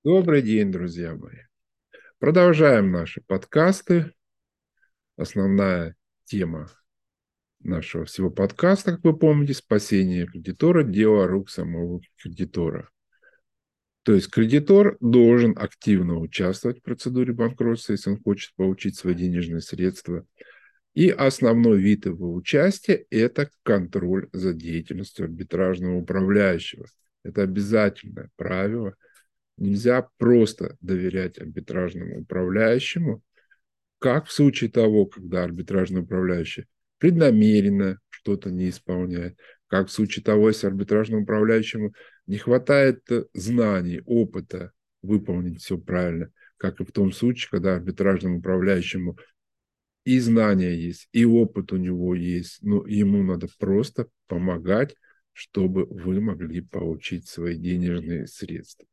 Добрый день, друзья мои. Продолжаем наши подкасты. Основная тема нашего всего подкаста, как вы помните, спасение кредитора, дело рук самого кредитора. То есть кредитор должен активно участвовать в процедуре банкротства, если он хочет получить свои денежные средства. И основной вид его участия – это контроль за деятельностью арбитражного управляющего. Это обязательное правило. Нельзя просто доверять арбитражному управляющему, как в случае того, когда арбитражный управляющий преднамеренно что-то не исполняет, как в случае того, если арбитражному управляющему не хватает знаний, опыта выполнить все правильно, как и в том случае, когда арбитражному управляющему и знания есть, и опыт у него есть, но ему надо просто помогать, чтобы вы могли получить свои денежные средства.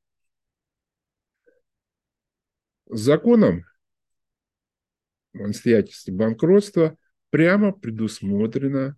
Законом в обстоятельстве банкротства прямо предусмотрено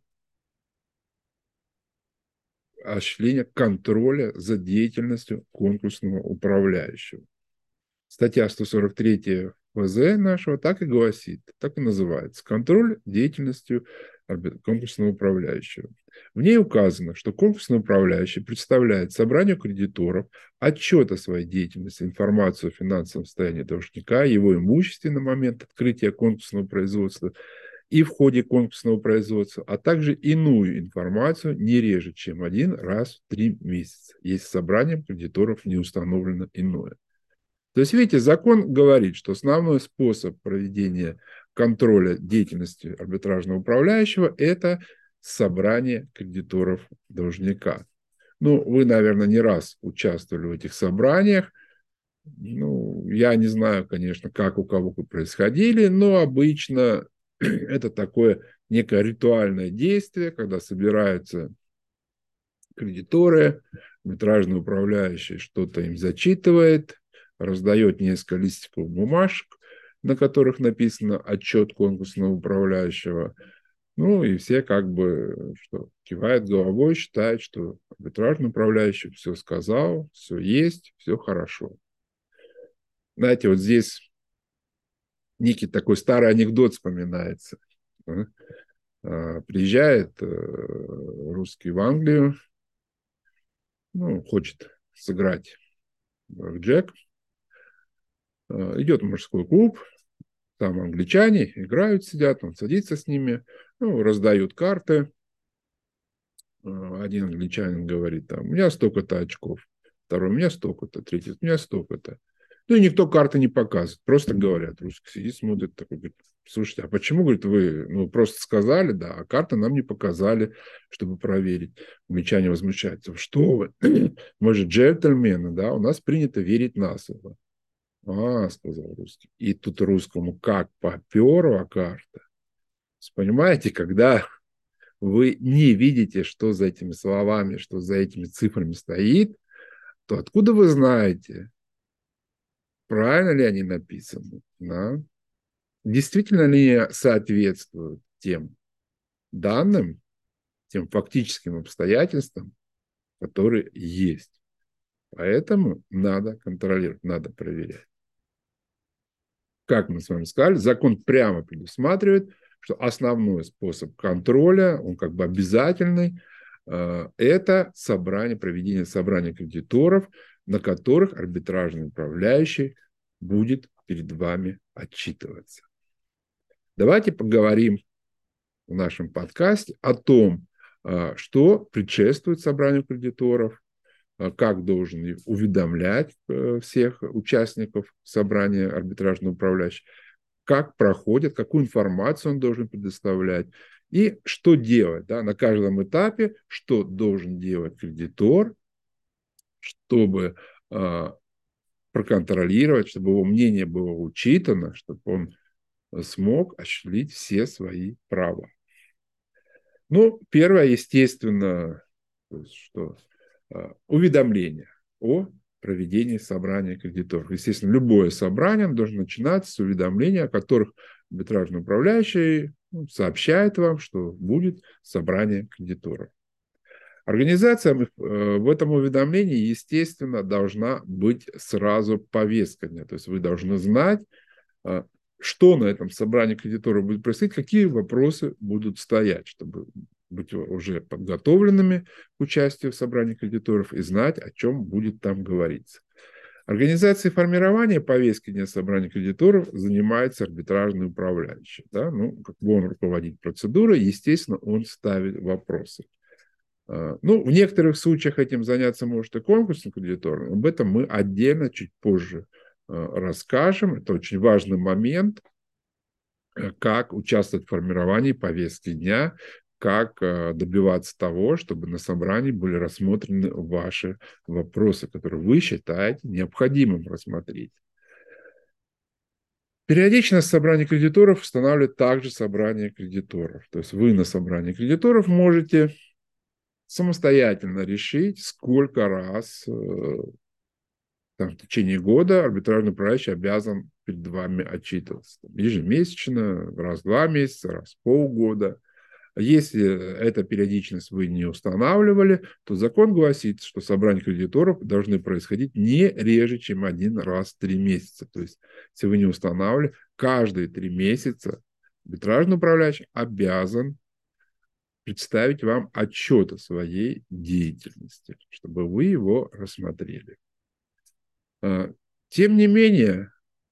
осуществление контроля за деятельностью конкурсного управляющего. Статья 143 ФЗ нашего так и гласит, так и называется: контроль деятельностью конкурсного управляющего. В ней указано, что конкурсный управляющий представляет собранию кредиторов отчет о своей деятельности, информацию о финансовом состоянии должника, его имуществе на момент открытия конкурсного производства и в ходе конкурсного производства, а также иную информацию не реже, чем один раз в 3 месяца, если собранием кредиторов не установлено иное. То есть, видите, закон говорит, что основной способ проведения контроля деятельности арбитражного управляющего – это собрание кредиторов должника. Ну, вы, наверное, не раз участвовали в этих собраниях. Ну, я не знаю, конечно, как у кого происходили, но обычно это такое некое ритуальное действие, когда собираются кредиторы, арбитражный управляющий что-то им зачитывает, раздает несколько листиков бумажек, на которых написано отчет конкурсного управляющего. Ну, и все как бы что, кивают головой, считают, что арбитражный управляющий все сказал, все есть, все хорошо. Знаете, вот здесь некий такой старый анекдот вспоминается. Приезжает русский в Англию, ну, хочет сыграть в Джек, идет в мужской клуб, там англичане играют, сидят, он садится с ними, ну, раздают карты. Один англичанин говорит, там, у меня столько-то очков, второй, у меня столько-то, третий, у меня столько-то. Ну, и никто карты не показывает, просто говорят. Русский сидит, смотрит, такой, говорит: слушайте, а почему, говорит, вы просто сказали, да, а карты нам не показали, чтобы проверить. Англичане возмущаются: что вы, мы же джентльмены, да, у нас принято верить на слово. Сказал русский. И тут русскому как поперла карта. Понимаете, когда вы не видите, что за этими словами, что за этими цифрами стоит, то откуда вы знаете, правильно ли они написаны? Да? Действительно ли они соответствуют тем данным, тем фактическим обстоятельствам, которые есть? Поэтому надо контролировать, надо проверять. Как мы с вами сказали, закон прямо предусматривает, что основной способ контроля, он как бы обязательный, это проведение собрания кредиторов, на которых арбитражный управляющий будет перед вами отчитываться. Давайте поговорим в нашем подкасте о том, что предшествует собранию кредиторов, как должен уведомлять всех участников собрания арбитражного управляющего, как проходит, какую информацию он должен предоставлять и что делать, да, на каждом этапе, что должен делать кредитор, чтобы проконтролировать, чтобы его мнение было учитано, чтобы он смог осуществить все свои права. Ну, первое, естественно, что уведомление о проведении собрания кредиторов. Естественно, любое собрание должно начинаться с уведомления, о которых арбитражный управляющий сообщает вам, что будет собрание кредиторов. Организация в этом уведомлении, естественно, должна быть сразу повестка дня. То есть вы должны знать, что на этом собрании кредиторов будет происходить, какие вопросы будут стоять, чтобы быть уже подготовленными к участию в собрании кредиторов и знать, о чем будет там говориться. Организацией формирования повестки дня собрания кредиторов занимается арбитражный управляющий. Да? Ну, как бы он руководит процедурой, естественно, он ставит вопросы. Ну, в некоторых случаях этим заняться может и конкурсный кредитор. Об этом мы отдельно чуть позже расскажем. Это очень важный момент, как участвовать в формировании повестки дня, как добиваться того, чтобы на собрании были рассмотрены ваши вопросы, которые вы считаете необходимым рассмотреть. Периодичность собрания кредиторов устанавливает также собрание кредиторов. То есть вы на собрании кредиторов можете самостоятельно решить, сколько раз там, в течение года арбитражный управляющий обязан перед вами отчитываться. Ежемесячно, раз в 2 месяца, раз в полгода. Если эту периодичность вы не устанавливали, то закон гласит, что собрания кредиторов должны происходить не реже, чем 1 раз в 3 месяца. То есть, если вы не устанавливали, каждые 3 месяца арбитражный управляющий обязан представить вам отчет о своей деятельности, чтобы вы его рассмотрели. Тем не менее,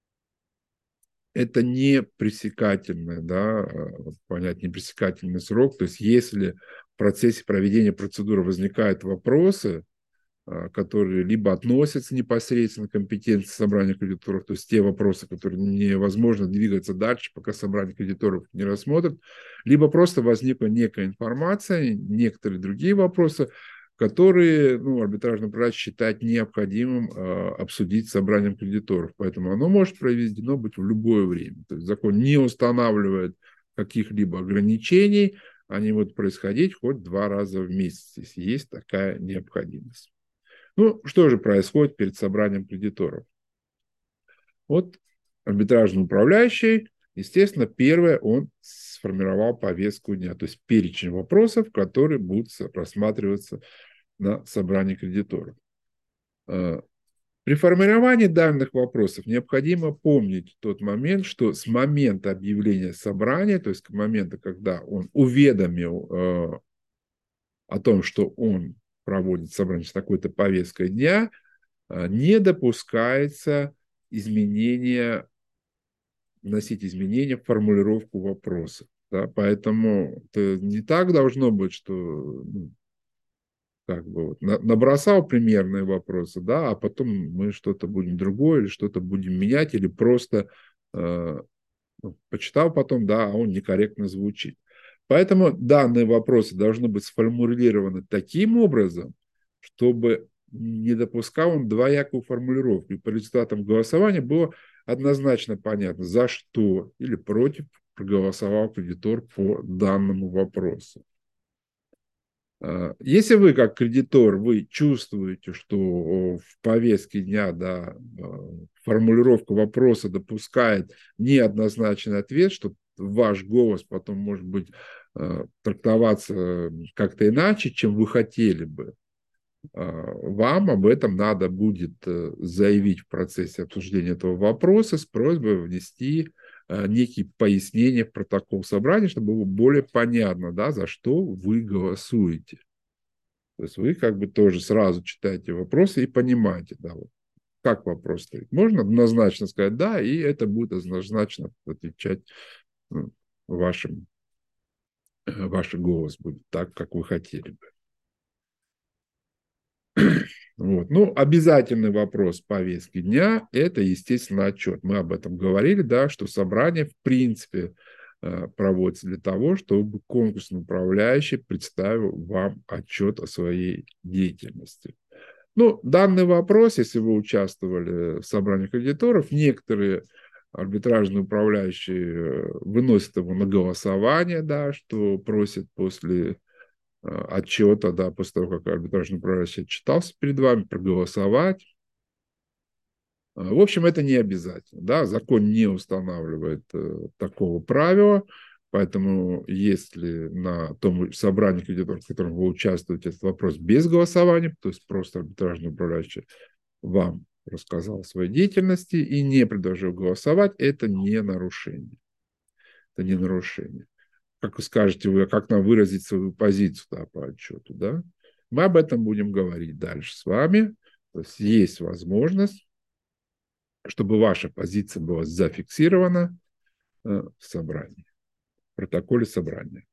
это не пресекательный, да, понять, непресекательный срок. То есть, если в процессе проведения процедуры возникают вопросы, которые либо относятся непосредственно к компетенции собрания кредиторов, то есть те вопросы, которые невозможно двигаться дальше, пока собрание кредиторов не рассмотрит, либо просто возникла некая информация, некоторые другие вопросы, которые арбитражный управляющий считает необходимым обсудить с собранием кредиторов. Поэтому оно может проведено быть в любое время. То есть закон не устанавливает каких-либо ограничений, они будут происходить хоть 2 раза в месяц, если есть такая необходимость. Ну, что же происходит перед собранием кредиторов? Вот арбитражный управляющий, естественно, первое, он сформировал повестку дня, то есть перечень вопросов, которые будут рассматриваться на собрании кредиторов. При формировании данных вопросов необходимо помнить тот момент, что с момента объявления собрания, то есть к моменту, когда он уведомил о том, что он проводит собрание с такой-то повесткой дня, не допускается вносить изменения в формулировку вопроса. Да? Поэтому это не так должно быть, что как бы вот набросал примерные вопросы, да, а потом мы что-то будем другое, или что-то будем менять, или просто почитал потом, да, а он некорректно звучит. Поэтому данные вопросы должны быть сформулированы таким образом, чтобы не допускал он двоякую формулировку. И по результатам голосования было однозначно понятно, за что или против проголосовал кредитор по данному вопросу. Если вы, как кредитор, вы чувствуете, что в повестке дня, да, формулировка вопроса допускает неоднозначный ответ, что ваш голос потом может быть трактоваться как-то иначе, чем вы хотели бы, вам об этом надо будет заявить в процессе обсуждения этого вопроса с просьбой внести некие пояснения в протокол собрания, чтобы было более понятно, да, за что вы голосуете. То есть вы как бы тоже сразу читаете вопросы и понимаете, да, вот, как вопрос стоит. Можно однозначно сказать «да», и это будет однозначно отвечать ваш голос будет так, как вы хотели бы. Вот. Ну, обязательный вопрос повестки дня – это, естественно, отчет. Мы об этом говорили, да, что собрание, в принципе, проводится для того, чтобы конкурсный управляющий представил вам отчет о своей деятельности. Ну, данный вопрос, если вы участвовали в собрании кредиторов, некоторые арбитражные управляющие выносят его на голосование, да, что просят после отчета, да, после того, как арбитражный управляющий отчитался перед вами, проголосовать. В общем, это не обязательно. Да? Закон не устанавливает такого правила. Поэтому если на том собрании кредиторов, в котором вы участвуете, этот вопрос без голосования, то есть просто арбитражный управляющий вам рассказал о своей деятельности и не предложил голосовать, это не нарушение. Это не нарушение. Как вы скажете, как нам выразить свою позицию, да, по отчету, да? Мы об этом будем говорить дальше с вами. То есть возможность, чтобы ваша позиция была зафиксирована в собрании, в протоколе собрания.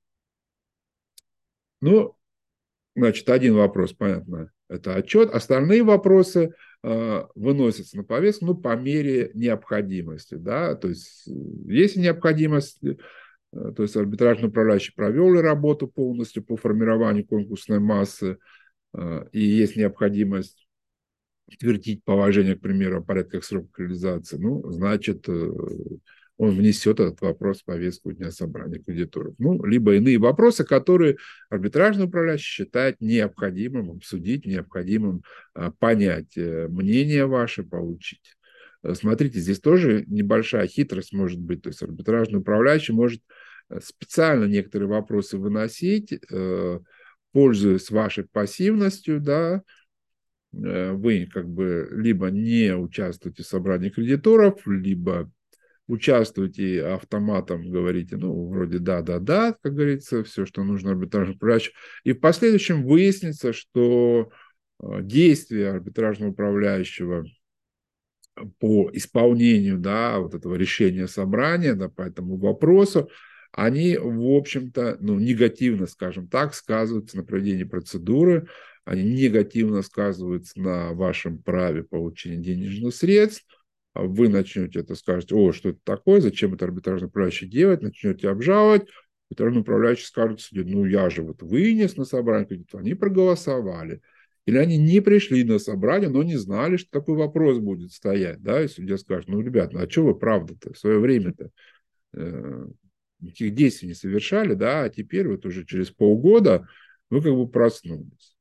Ну, значит, один вопрос, понятно, это отчет. Остальные вопросы выносятся на повестку, ну, по мере необходимости, да, то есть если необходимость, то есть арбитражный управляющий провел работу полностью по формированию конкурсной массы, и есть необходимость утвердить положение, к примеру, о порядках сроков реализации, ну, значит, он внесет этот вопрос в повестку дня собрания кредиторов. Ну, либо иные вопросы, которые арбитражный управляющий считает необходимым обсудить, необходимым понять мнение ваше, получить. Смотрите, здесь тоже небольшая хитрость может быть. То есть арбитражный управляющий может специально некоторые вопросы выносить, пользуясь вашей пассивностью, да, вы как бы либо не участвуете в собрании кредиторов, либо участвуете автоматом, говорите, ну, вроде да, как говорится, все, что нужно арбитражному управляющему. И в последующем выяснится, что действия арбитражного управляющего по исполнению, да, вот этого решения собрания, да, по этому вопросу, они, в общем-то, ну, негативно, скажем так, сказываются на проведении процедуры, они негативно сказываются на вашем праве получения денежных средств. Вы начнете это, скажете, о, что это такое, зачем это арбитражный управляющий делает, начнете обжаловать. Арбитражный управляющий скажет себе, ну, я же вот вынес на собрание, они проголосовали. Или они не пришли на собрание, но не знали, что такой вопрос будет стоять. Да? И судья скажет, ну, ребят, ну, а что вы правда-то в свое время-то никаких действий не совершали, да, а теперь вот уже через полгода вы как бы проснулись.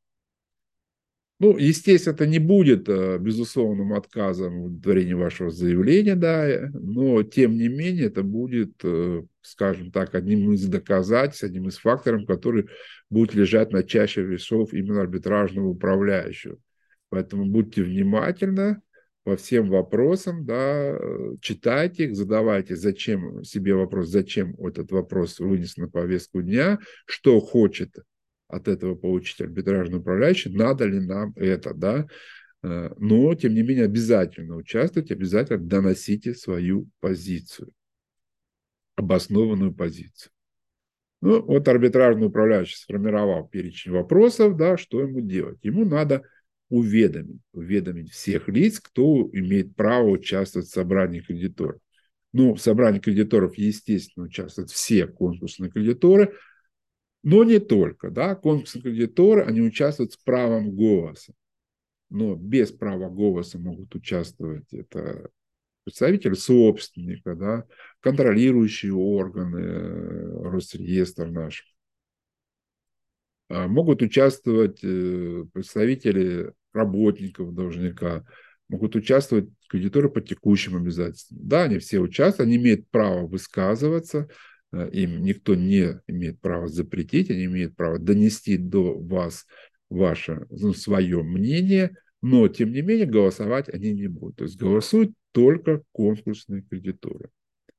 Ну, естественно, это не будет безусловным отказом в удовлетворении вашего заявления, да, но, тем не менее, это будет, скажем так, одним из доказательств, одним из факторов, который будет лежать на чаше весов именно арбитражного управляющего. Поэтому будьте внимательны по всем вопросам, да, читайте их, задавайте зачем, себе вопрос, зачем этот вопрос вынесен на повестку дня, что хочет от этого получить арбитражный управляющий, надо ли нам это, да, но, тем не менее, обязательно участвуйте, обязательно доносите свою позицию, обоснованную позицию. Ну, вот арбитражный управляющий сформировал перечень вопросов, да, что ему делать? Ему надо уведомить всех лиц, кто имеет право участвовать в собрании кредиторов. Ну, в собрании кредиторов, естественно, участвуют все конкурсные кредиторы, но не только, да, конкурсные кредиторы, они участвуют с правом голоса, но без права голоса могут участвовать это представители собственника, да, контролирующие органы, Росреестр наш. Могут участвовать представители работников должника, могут участвовать кредиторы по текущим обязательствам. Да, они все участвуют, они имеют право высказываться, им никто не имеет права запретить, они имеют право донести до вас ваше, ну, свое мнение, но, тем не менее, голосовать они не будут. То есть голосуют только конкурсные кредиторы.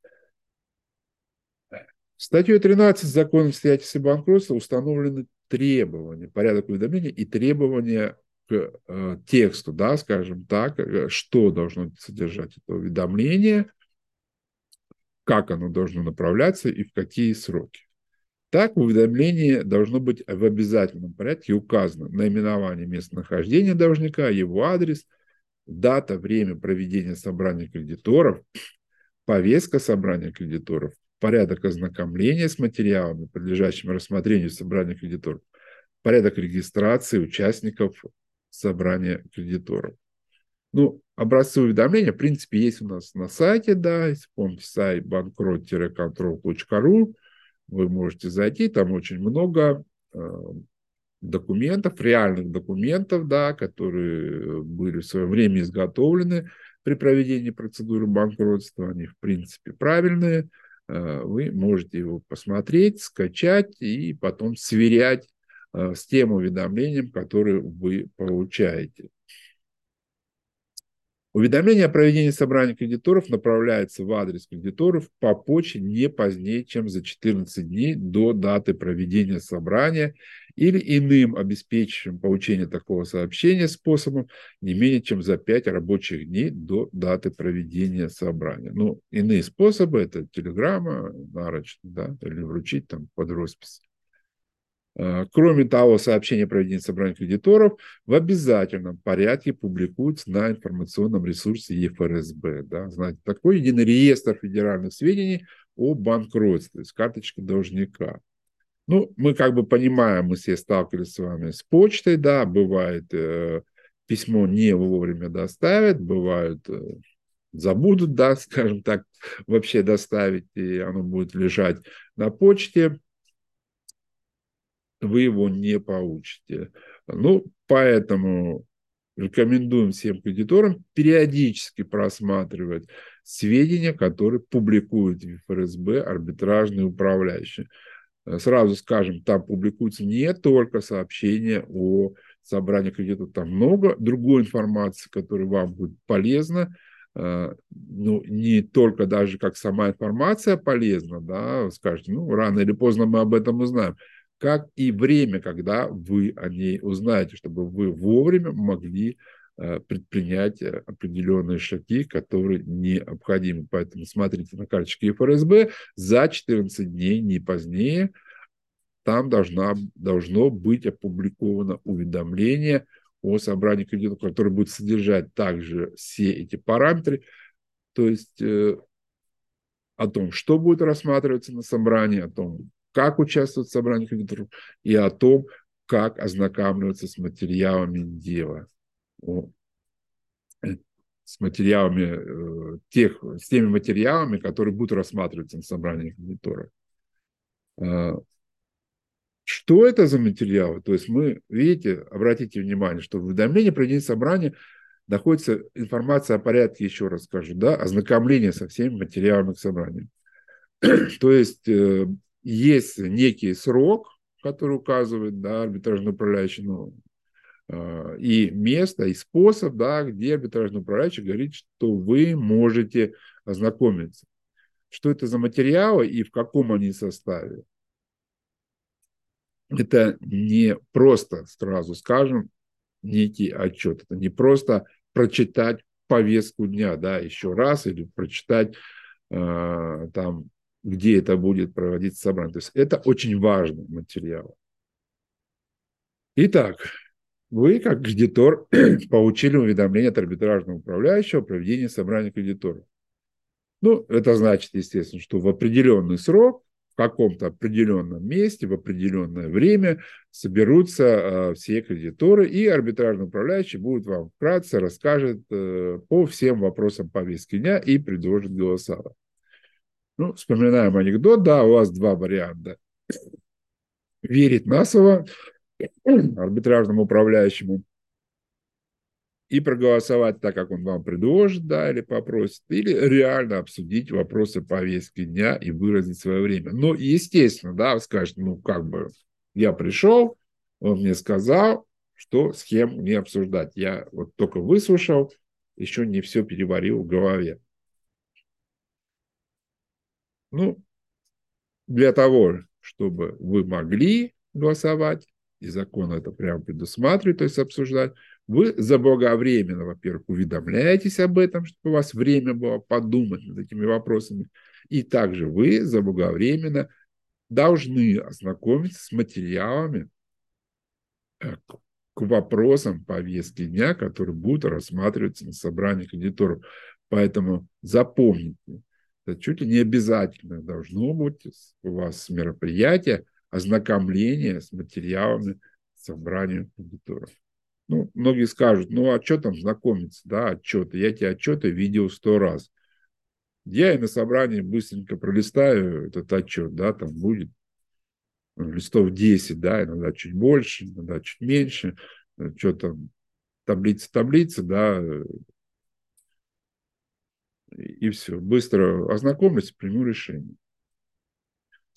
Статьей 13 Закона о обстоятельствах банкротства установлены требования, порядок уведомления и требования к тексту, да, скажем так, что должно содержать это уведомление, как оно должно направляться и в какие сроки. Так, в уведомлении должно быть в обязательном порядке указано наименование местонахождения должника, его адрес, дата, время проведения собрания кредиторов, повестка собрания кредиторов, порядок ознакомления с материалами, подлежащими рассмотрению собрания кредиторов, порядок регистрации участников собрания кредиторов. Ну, образцы уведомления, в принципе, есть у нас на сайте, да, если помните, сайт bankrot-control.ru, вы можете зайти, там очень много документов, реальных документов, да, которые были в свое время изготовлены при проведении процедуры банкротства, они, в принципе, правильные, вы можете его посмотреть, скачать и потом сверять с тем уведомлением, которое вы получаете. Уведомление о проведении собрания кредиторов направляется в адрес кредиторов по почте не позднее, чем за 14 дней до даты проведения собрания или иным обеспечивающим получение такого сообщения способом не менее чем за 5 рабочих дней до даты проведения собрания. Ну, иные способы – это телеграмма, нарочно, да, или вручить там под роспись. Кроме того, сообщение о проведении собрания кредиторов в обязательном порядке публикуется на информационном ресурсе ЕФРСБ. Да, знаете, такой единый реестр федеральных сведений о банкротстве, то есть карточка должника. Ну, мы как бы понимаем, мы все сталкивались с вами с почтой, да, бывает письмо не вовремя доставят, бывает забудут, да, скажем так, вообще доставить, и оно будет лежать на почте, вы его не получите. Ну, поэтому рекомендуем всем кредиторам периодически просматривать сведения, которые публикуют в ФРСБ арбитражные управляющие. Сразу скажем, там публикуются не только сообщения о собрании кредитов, там много другой информации, которая вам будет полезна. Ну, не только даже как сама информация полезна, да, скажете, ну, рано или поздно мы об этом узнаем, как и время, когда вы о ней узнаете, чтобы вы вовремя могли предпринять определенные шаги, которые необходимы. Поэтому смотрите на карточке ФРСБ за 14 дней, не позднее, там должно быть опубликовано уведомление о собрании кредитов, которое будет содержать также все эти параметры, то есть о том, что будет рассматриваться на собрании, о том, как участвовать в собрании кредиторов и о том, как ознакомливаться с материалами дела, с материалами с теми материалами, которые будут рассматриваться на собрании кредиторов. Что это за материалы? То есть мы, видите, обратите внимание, что в уведомлении о проведении собрания находится информация о порядке, еще раз скажу, да, ознакомление со всеми материалами к собранию. То есть есть некий срок, который указывает, да, арбитражный управляющий, ну, и место, и способ, да, где арбитражный управляющий говорит, что вы можете ознакомиться. Что это за материалы и в каком они составе? Это не просто, сразу скажем, некий отчет. Это не просто прочитать повестку дня, да, еще раз, или прочитать там, где это будет проводиться собрание. То есть это очень важный материал. Итак, вы, как кредитор, получили уведомление от арбитражного управляющего о проведении собрания кредиторов. Ну, это значит, естественно, что в определенный срок, в каком-то определенном месте, в определенное время соберутся все кредиторы, и арбитражный управляющий будет вам вкратце расскажет по всем вопросам повестки дня и предложит голосовать. Ну, вспоминаем анекдот, да, у вас два варианта. Верить насово арбитражному управляющему и проголосовать так, как он вам предложит, да, или попросит, или реально обсудить вопросы повестки дня и выразить свое время. Ну, естественно, да, вы скажете, ну, как бы, я пришел, он мне сказал, что с кем мне обсуждать. Я вот только выслушал, еще не все переварил в голове. Ну, для того, чтобы вы могли голосовать, и закон это прямо предусматривает, то есть обсуждать, вы заблаговременно, во-первых, уведомляетесь об этом, чтобы у вас время было подумать над этими вопросами, и также вы заблаговременно должны ознакомиться с материалами к вопросам повестки дня, которые будут рассматриваться на собрании кредиторов. Поэтому запомните, это чуть ли не обязательно должно быть у вас мероприятие ознакомления с материалами собрания кредиторов. Ну, многие скажут, ну, а что там знакомиться, да, отчеты. Я эти отчеты видел 100 раз. Я и на собрании быстренько пролистаю этот отчет, да, там будет листов 10, да, иногда чуть больше, иногда чуть меньше, что там, таблица, да, и все. Быстро ознакомлюсь, приму решение.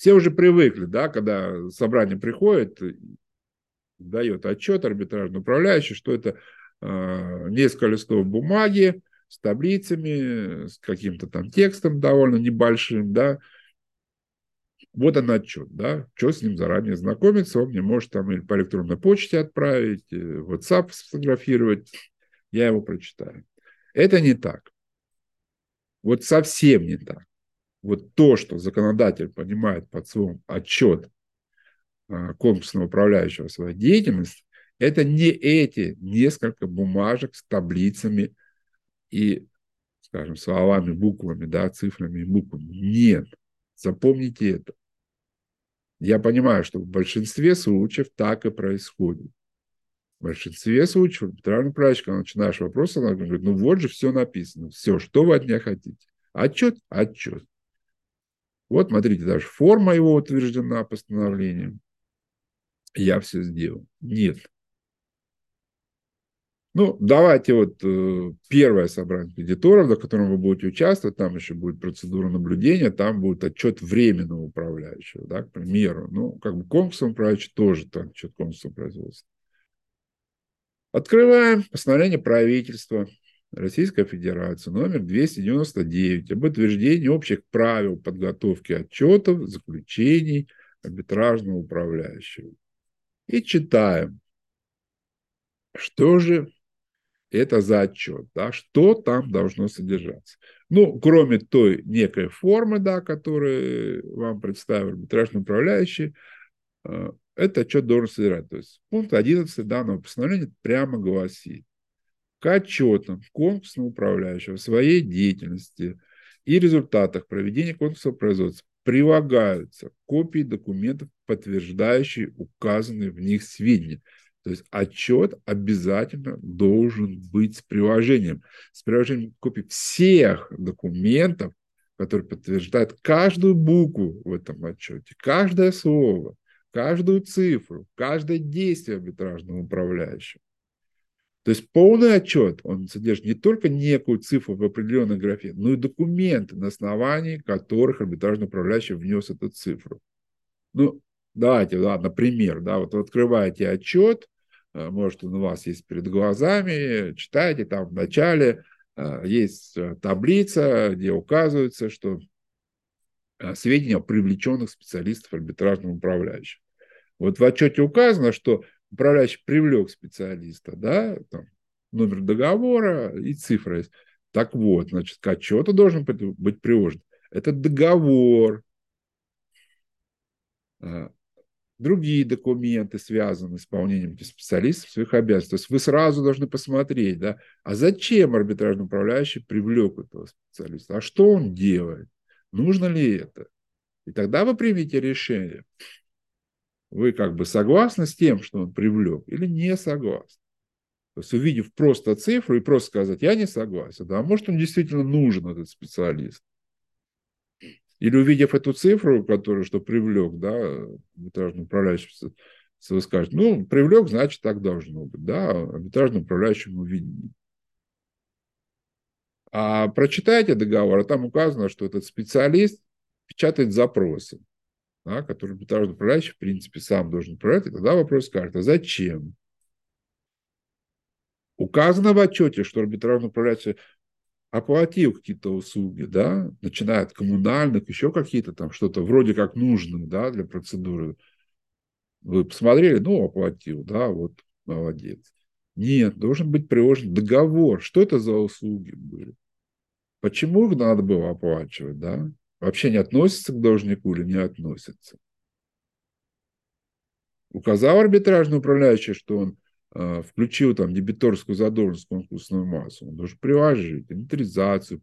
Все уже привыкли, да, когда собрание приходит, дает отчет арбитражный управляющий, что это несколько листов бумаги с таблицами, с каким-то там текстом довольно небольшим, да. Вот он отчет, да, что с ним заранее знакомиться, он мне может там или по электронной почте отправить, в WhatsApp сфотографировать, я его прочитаю. Это не так. Вот совсем не так. Вот то, что законодатель понимает под словом отчет конкурсного управляющего своей деятельности, это не эти несколько бумажек с таблицами и, скажем, словами, буквами, да, цифрами и буквами. Нет. Запомните это. Я понимаю, что в большинстве случаев так и происходит. В большинстве случаев арбитражный управляющий, когда начинаешь вопрос, она говорит, ну вот же все написано, все, что вы от меня хотите. Отчет, отчет. Вот, смотрите, даже форма его утверждена постановлением. Я все сделал. Нет. Ну, давайте вот первое собрание кредиторов, на котором вы будете участвовать, там еще будет процедура наблюдения, там будет отчет временного управляющего, да, к примеру. Ну, как бы конкурсный управляющий тоже там отчет конкурсного производства. Открываем постановление правительства Российской Федерации номер 299 об утверждении общих правил подготовки отчетов, заключений арбитражного управляющего. И читаем, что же это за отчет, да, что там должно содержаться. Ну, кроме той некой формы, да, которую вам представил арбитражный управляющий, этот отчет должен содержать. То есть пункт 11 данного постановления прямо гласит: к отчетам конкурсного управляющего в своей деятельности и результатах проведения конкурсного производства прилагаются копии документов, подтверждающие указанные в них сведения. То есть отчет обязательно должен быть с приложением копий всех документов, которые подтверждают каждую букву в этом отчете, каждое слово, каждую цифру, каждое действие арбитражного управляющего. То есть полный отчет, он содержит не только некую цифру в определенной графе, но и документы, на основании которых арбитражный управляющий внес эту цифру. Ну, давайте, да, например, да, вот вы открываете отчет, может, он у вас есть перед глазами, читаете, там в начале есть таблица, где указывается, что сведения о привлеченных специалистов арбитражного управляющего. Вот в отчете указано, что управляющий привлек специалиста, да, там, номер договора и цифра есть. Так вот, значит, к отчету должен быть приложен этот договор, другие документы, связанные с исполнением специалистов своих обязанностей. То есть вы сразу должны посмотреть, да, а зачем арбитражный управляющий привлек этого специалиста, а что он делает, нужно ли это. И тогда вы примете решение. Вы как бы согласны с тем, что он привлек, или не согласны? То есть, увидев просто цифру и просто сказать, я не согласен, да, может, он действительно нужен, этот специалист. Или увидев эту цифру, которую что привлек, да, арбитражный управляющий, вы скажете, ну, привлек, значит, так должно быть, да, арбитражный управляющий увидит. А прочитайте договор, а там указано, что этот специалист печатает запросы, да, которые арбитражный управляющий, в принципе, сам должен отправлять, и тогда вопрос скажет, а зачем? Указано в отчете, что арбитражный управляющий оплатил какие-то услуги, да, начиная от коммунальных, еще какие-то там, что-то вроде как нужные, да, для процедуры. Вы посмотрели, ну, оплатил, да, вот, молодец. Нет, должен быть приложен договор. Что это за услуги были? Почему их надо было оплачивать, да? Вообще не относится к должнику или не относится? Указал арбитражный управляющий, что он включил там дебиторскую задолженность в конкурсную массу, он должен приложить, инвентаризацию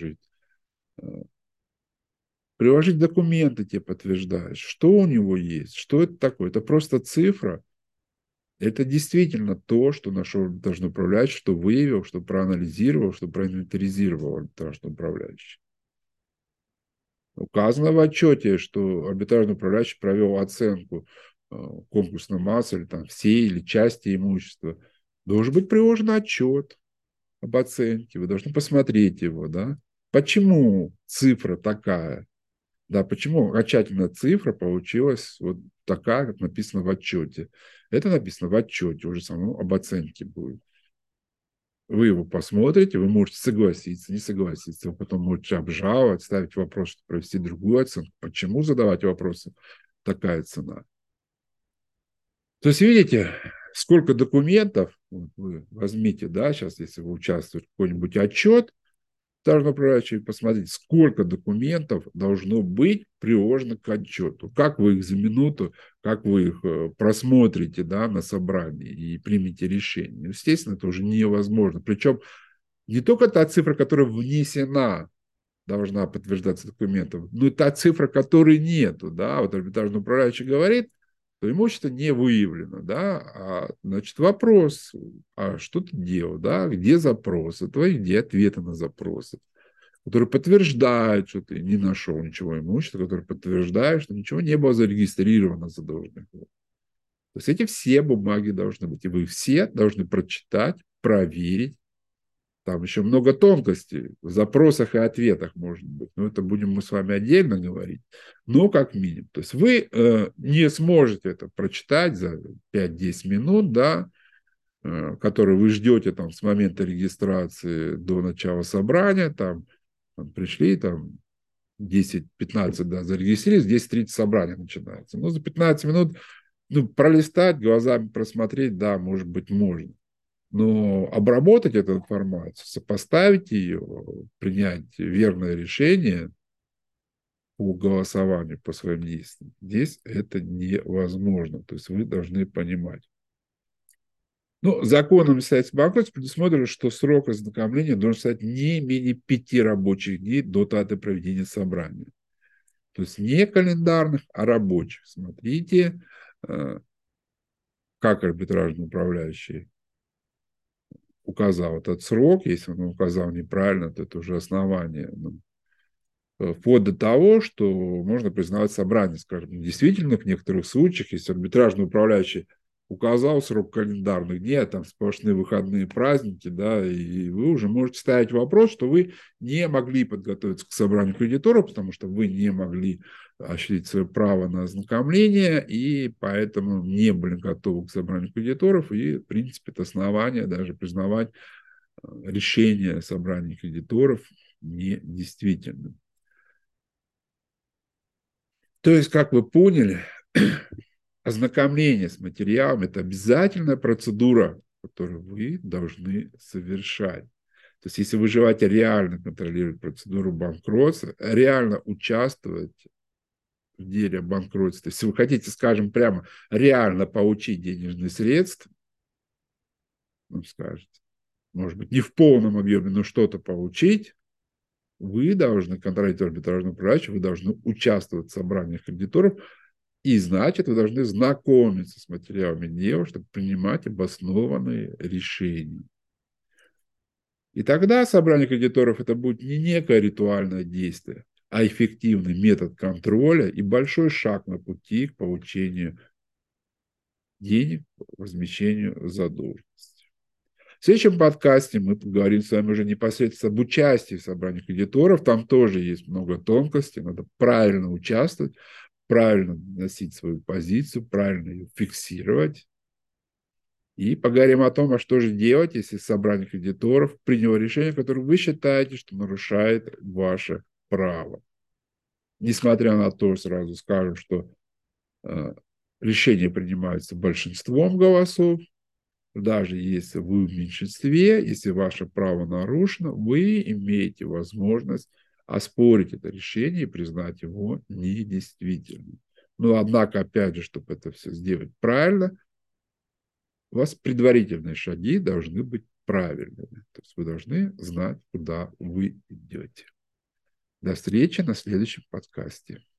приложить документы тебе подтверждаешь, что у него есть, что это такое. Это просто цифра. Это действительно то, что нашел арбитражный управляющий, что выявил, что проанализировал, что проинвентаризировал арбитражный управляющий. Указано в отчете, что арбитражный управляющий провел оценку конкурсной массы или там всей или части имущества. Должен быть приложен отчет об оценке. Вы должны посмотреть его, да. Почему цифра такая? Да, почему окончательная цифра получилась вот такая, как написано в отчете? Это написано в отчете, уже само об оценке будет. Вы его посмотрите, вы можете согласиться, не согласиться, вы потом можете обжаловать, ставить вопрос, чтобы провести другую оценку. Почему задавать вопросы? Такая цена. То есть, видите, сколько документов, вот вы возьмите, да, сейчас, если вы участвуете в какой-нибудь отчет, должно управляющий посмотреть, сколько документов должно быть приложено к отчету, как вы их за минуту, как вы их просмотрите, да, на собрании и примете решение. Естественно, это уже невозможно. Причем не только та цифра, которая внесена, должна подтверждаться документом, но и та цифра, которой нету. Да? Вот арбитражный управляющий говорит, что имущество не выявлено. Да? Значит, вопрос, а что ты делал? Да? Где запросы твои, где ответы на запросы? Которые подтверждают, что ты не нашел ничего имущества, которые подтверждают, что ничего не было зарегистрировано за должником. То есть эти все бумаги должны быть, и вы все должны прочитать, проверить. Там еще много тонкостей в запросах и ответах может быть. Но это будем мы с вами отдельно говорить. Но как минимум. То есть вы не сможете это прочитать за 5-10 минут, да, которые вы ждете там, с момента регистрации до начала собрания. Там пришли, там 10-15, да, зарегистрировались, 10:30 собрание начинается. Но за 15 минут пролистать, глазами просмотреть, да, может быть, можно. Но обработать эту информацию, сопоставить ее, принять верное решение по голосованию, по своим действиям, здесь это невозможно. То есть вы должны понимать. Законом о банкротстве предусмотрено, что срок ознакомления должен стать не менее 5 рабочих дней до даты проведения собрания. То есть не календарных, а рабочих. Смотрите, как арбитражный управляющий указал этот срок, если он указал неправильно, то это уже основание. Вплоть до того, что можно признавать собрание, скажем, действительно, в некоторых случаях, если арбитражный управляющий указал срок календарных дней, а там сплошные выходные праздники, да, и вы уже можете ставить вопрос, что вы не могли подготовиться к собранию кредиторов, потому что вы не могли осуществить свое право на ознакомление, и поэтому не были готовы к собранию кредиторов, и, в принципе, это основание даже признавать решение собрания кредиторов недействительным. То есть, как вы поняли, ознакомление с материалом – это обязательная процедура, которую вы должны совершать. То есть, если вы желаете реально контролировать процедуру банкротства, реально участвовать в деле банкротства, если вы хотите, скажем, прямо реально получить денежные средства, скажете, может быть, не в полном объеме, но что-то получить, вы должны контролировать арбитражную управляющего, вы должны участвовать в собраниях кредиторов, и значит, вы должны знакомиться с материалами дела, чтобы принимать обоснованные решения. И тогда собрание кредиторов это будет не некое ритуальное действие, а эффективный метод контроля и большой шаг на пути к получению денег, возмещению задолженности. В следующем подкасте мы поговорим с вами уже непосредственно об участии в собрании кредиторов. Там тоже есть много тонкостей, надо правильно участвовать, правильно носить свою позицию, правильно ее фиксировать. И поговорим о том, а что же делать, если собрание кредиторов приняло решение, которое вы считаете, что нарушает ваше право. Несмотря на то, сразу скажем, что решение принимается большинством голосов, даже если вы в меньшинстве, если ваше право нарушено, вы имеете возможность оспорить это решение и признать его недействительным. Но, однако, опять же, чтобы это все сделать правильно, у вас предварительные шаги должны быть правильными. То есть вы должны знать, куда вы идете. До встречи на следующем подкасте.